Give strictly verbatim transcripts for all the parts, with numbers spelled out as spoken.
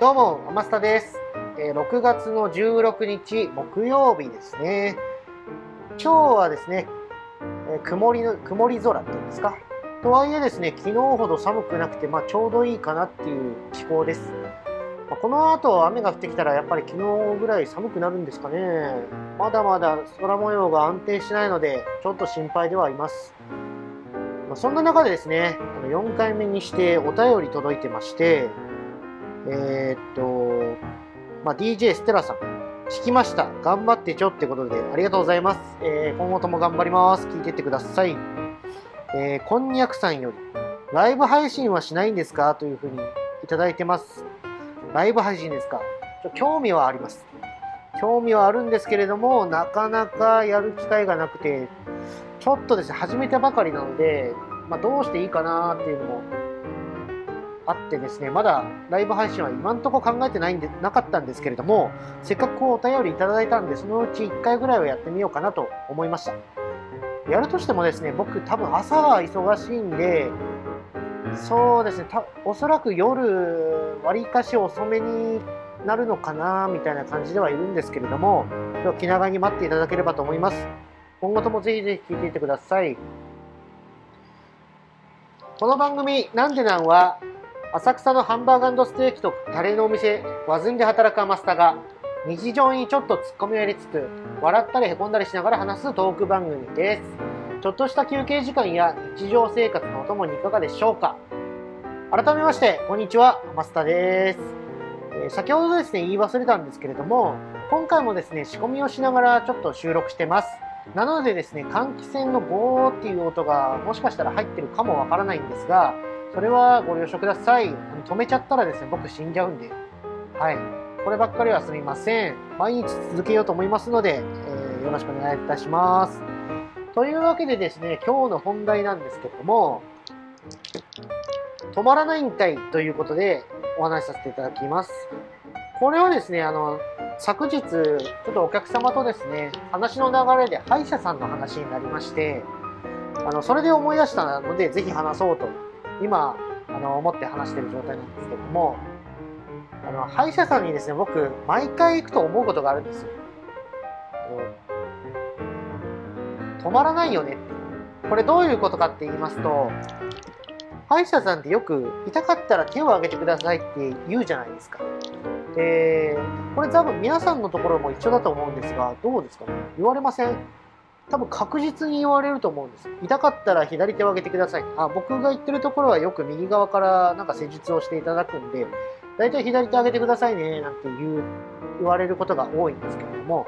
どうも、アマスタです。えー、ろくがつのじゅうろくにち木曜日ですね。今日はですね、えー、曇りの曇り空っていうんですか。とはいえですね、昨日ほど寒くなくて、まあ、ちょうどいいかなっていう気候です。まあ、この後雨が降ってきたらやっぱり昨日ぐらい寒くなるんですかね。まだまだ空模様が安定しないので、ちょっと心配ではいます。まあ、そんな中でですね、あのよんかいめにしてお便り届いてまして、えー、っと、まあ、ディージェー ステラさん、聞きました。頑張ってちょってことで、ありがとうございます。えー、今後とも頑張ります。聞いてってください。えー、こんにゃくさんより、ライブ配信はしないんですかというふうにいただいてます。ライブ配信ですか。ちょ興味はあります。興味はあるんですけれども、なかなかやる機会がなくて、ちょっとですね、始めたばかりなので、まあ、どうしていいかなっていうのもあってですね、まだライブ配信は今んとこ考えてないんでなかったんですけれども、せっかくこうお便りいただいたんで、そのうちいっかいぐらいはやってみようかなと思いました。やるとしてもですね、僕多分朝は忙しいんで、そうですね、たおそらく夜わりかし遅めになるのかなみたいな感じではいるんですけれども、今日気長に待っていただければと思います。今後ともぜひぜひ聞いていてください。この番組なんでなんは、浅草のハンバーガー&ステーキとカレーのお店、和ずんで働くアマスタが、日常にちょっとツッコミを入れつつ、笑ったりへこんだりしながら話すトーク番組です。ちょっとした休憩時間や日常生活のお供にいかがでしょうか。改めまして、こんにちは、アマスタです。えー、先ほどですね、言い忘れたんですけれども、今回もですね、仕込みをしながらちょっと収録してます。なのでですね、換気扇のゴーっていう音がもしかしたら入ってるかもわからないんですが、それはご了承ください。止めちゃったらですね、僕死んじゃうんで。はい。こればっかりはすみません。毎日続けようと思いますので、えー、よろしくお願いいたします。というわけでですね、今日の本題なんですけれども、止まらないんかいということでお話しさせていただきます。これはですね、あの、昨日、ちょっとお客様とですね、話の流れで歯医者さんの話になりまして、あの、それで思い出したので、ぜひ話そうと。今あの思って話している状態なんですけども、あの歯医者さんにですね、僕毎回行くと思うことがあるんですよ。止まらないよねって。これどういうことかって言いますと、歯医者さんってよく痛かったら手を挙げてくださいって言うじゃないですか。で、これ多分皆さんのところも一緒だと思うんですが、どうですかね。言われません？多分確実に言われると思うんです。痛かったら左手を上げてください。あ、僕が言ってるところはよく右側からなんか施術をしていただくんで、だいたい左手上げてくださいねなんて言う言われることが多いんですけれども、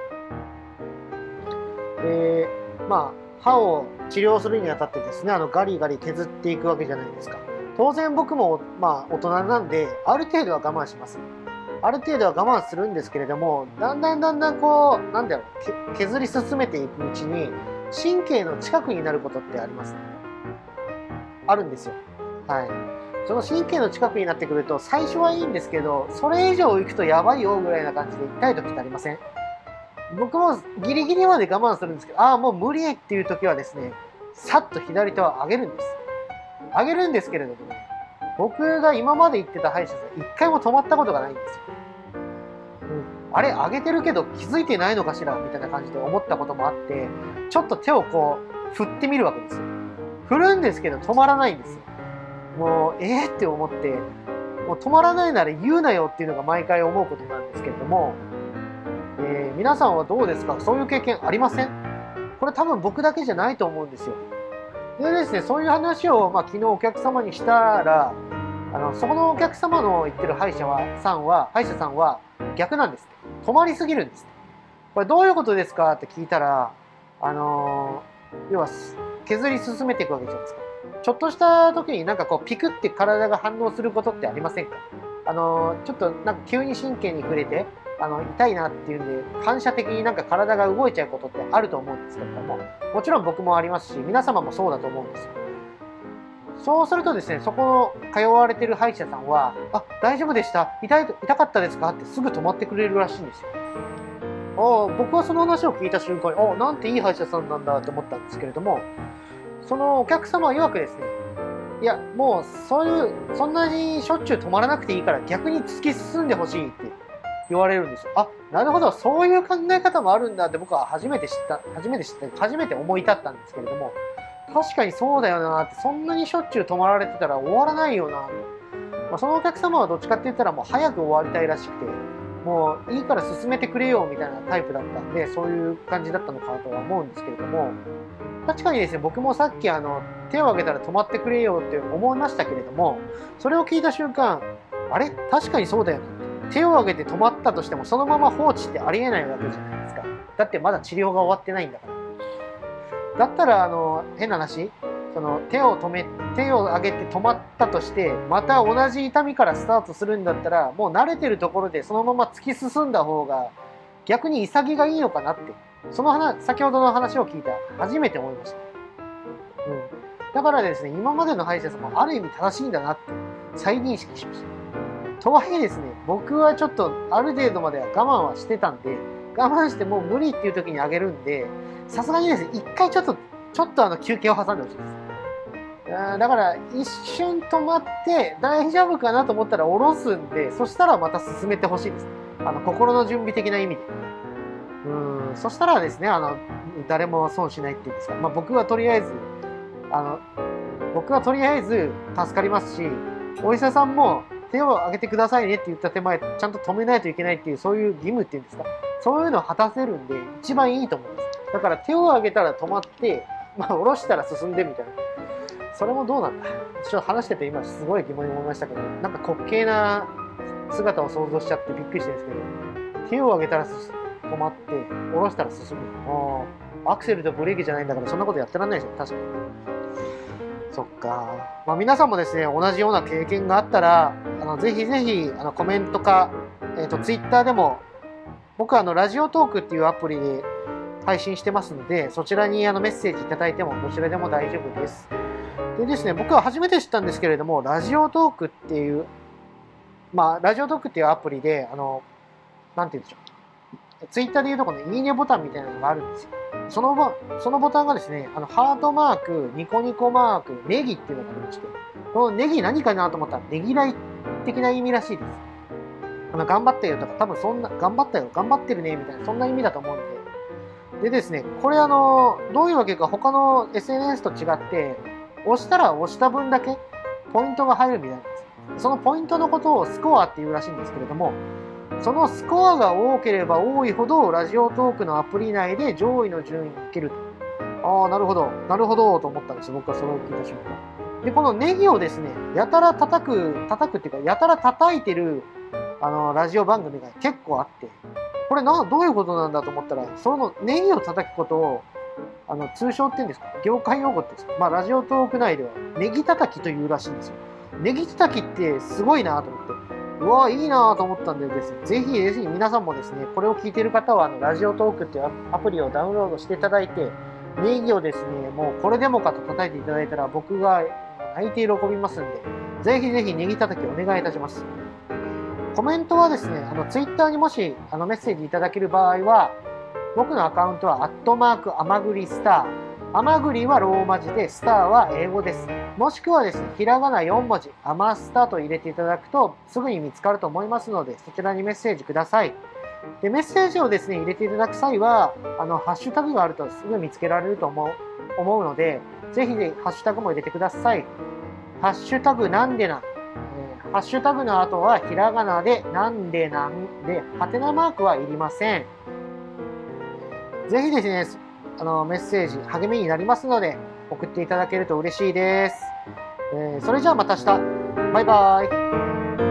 で、まあ歯を治療するにあたってですね、あのガリガリ削っていくわけじゃないですか。当然僕もまあ大人なんで、ある程度は我慢します。ある程度は我慢するんですけれども、だんだんだんだんこう、なんだろう、削り進めていくうちに、神経の近くになることってありますね。あるんですよ。はい。その神経の近くになってくると、最初はいいんですけど、それ以上行くとやばいよぐらいな感じで痛い時ってありません？僕もギリギリまで我慢するんですけど、ああ、もう無理っていう時はですね、さっと左手を上げるんです。上げるんですけれどもね、僕が今まで行ってた歯医者さん、一回も止まったことがないんですよ。あれ上げてるけど気づいてないのかしらみたいな感じで思ったこともあって、ちょっと手をこう振ってみるわけですよ。振るんですけど止まらないんですよ。もうえーって思って、もう止まらないなら言うなよっていうのが毎回思うことなんですけれども、えー、皆さんはどうですか？そういう経験ありません？これ多分僕だけじゃないと思うんですよ。でですね、そういう話を、まあ、昨日お客様にしたら、あのそこのお客様の言ってる歯医者はさんは歯医者さんは逆なんです。止まりすぎるんです。これどういうことですかって聞いたら、あのー、要は削り進めていくわけじゃないですか。ちょっとした時になんかこうピクって体が反応することってありませんか？あのー、ちょっとなんか急に神経に触れてあの痛いなっていうんで反射的になんか体が動いちゃうことってあると思うんですけれども、もちろん僕もありますし、皆様もそうだと思うんですよ。そうするとですね、そこの通われてる歯医者さんは、あ、大丈夫でした、痛い、痛かったですかってすぐ止まってくれるらしいんですよ。あ、僕はその話を聞いた瞬間に、あ、なんていい歯医者さんなんだと思ったんですけれども、そのお客様曰くですね、 いやもうそういうそんなにしょっちゅう止まらなくていいから逆に突き進んでほしいって言われるんですよ。あ、なるほど、そういう考え方もあるんだって僕は初めて知った初めて知って初めて思い立ったんですけれども、確かにそうだよなって、そんなにしょっちゅう止まられてたら終わらないよなと。まあ、そのお客様はどっちかって言ったらもう早く終わりたいらしくて、もういいから進めてくれよみたいなタイプだったんで、そういう感じだったのかなとは思うんですけれども、確かにですね、僕もさっきあの手を挙げたら止まってくれよって思いましたけれども、それを聞いた瞬間、あれ確かにそうだよな。手を挙げて止まったとしてもそのまま放置ってありえないわけじゃないですか。だってまだ治療が終わってないんだから。だったらあの変な話、その手を止め手を上げて止まったとしてまた同じ痛みからスタートするんだったら、もう慣れてるところでそのまま突き進んだ方が逆に潔がいいのかなって、その話先ほどの話を聞いた初めて思いました。うん、だからですね、今までの歯医者さんもある意味正しいんだなって再認識しました。とはいえですね、僕はちょっとある程度までは我慢はしてたんで、我慢してもう無理っていう時にあげるんで、さすがにですね、一回ちょっとちょっとあの休憩を挟んでほしいです。だから一瞬止まって大丈夫かなと思ったら下ろすんで、そしたらまた進めてほしいです。あの心の準備的な意味で。うん、そしたらですね、あの誰も損しないっていうんですか、まあ、僕はとりあえずあの僕はとりあえず助かりますし、お医者さんも手を挙げてくださいねって言った手前ちゃんと止めないといけないっていう、そういう義務っていうんですか、そういうのを果たせるんで一番いいと思います。だから手を挙げたら止まって、まあ、下ろしたら進んでみたいな、それもどうなんだ、ちょっと話してて今すごい疑問に思いましたけど、なんか滑稽な姿を想像しちゃってびっくりしてるんですけど、手を挙げたら止まって下ろしたら進む。あアクセルとブレーキじゃないんだからそんなことやってらんないですよ、確かに。そっか、まあ、皆さんもですね、同じような経験があったら、あのぜひぜひあのコメントか、えーと、ツイッターでも、僕はあのラジオトークっていうアプリで配信してますので、そちらにあのメッセージいただいてもどちらでも大丈夫です。でですね、僕は初めて知ったんですけれども、ラジオトークっていう、まあ、ラジオトークっていうアプリで、あの、なんて言うんでしょう。ツイッターでいうとこのいいねボタンみたいなのがあるんですよ。その、そのボタンがですね、あの、ハートマーク、ニコニコマーク、ネギっていうのがありまして、このネギ何かなと思ったら、ねぎらい的な意味らしいです。あの、頑張ったよとか、多分そんな、頑張ったよ、頑張ってるね、みたいな、そんな意味だと思うんで。でですね、これあの、どういうわけか他の エスエヌエス と違って、押したら押した分だけポイントが入るみたいなんです。そのポイントのことをスコアっていうらしいんですけれども、そのスコアが多ければ多いほどラジオトークのアプリ内で上位の順位に行けると。ああ、なるほど、なるほどと思ったんですよ、僕はそれを聞いた瞬間。で、このネギをですね、やたら叩く、叩くっていうか、やたら叩いてるあのラジオ番組が結構あって、これな、どういうことなんだと思ったら、そのネギを叩くことを、あの通称っていうんですか、業界用語っていうんですか、まあ、ラジオトーク内ではネギ叩きというらしいんですよ。ネギ叩きってすごいなと思って、うわいいなと思ったんでですね、ぜひぜひ皆さんもですね、これを聞いている方はあのラジオトークっていうアプリをダウンロードしていただいて、ネギをですね、もうこれでもかと叩いていただいたら僕が泣いて喜びますんで、ぜひぜひネギ叩きお願いいたします。コメントはですね、あのツイッターにもしあのメッセージいただける場合は、僕のアカウントはアットマークアマグリスター。アマグリはローマ字で、スターは英語です。もしくはですね、ひらがなよん文字、アマスタと入れていただくとすぐに見つかると思いますので、そちらにメッセージください。で、メッセージをですね、入れていただく際は、あの、ハッシュタグがあるとすぐ見つけられると思う、思うので、ぜひぜひハッシュタグも入れてください。ハッシュタグなんでなん。えー、ハッシュタグの後はひらがなでなんでなんで、ハテナマークはいりません。ぜひですね、あのメッセージ励みになりますので送っていただけると嬉しいです。えー、それじゃあまた明日。バイバイ。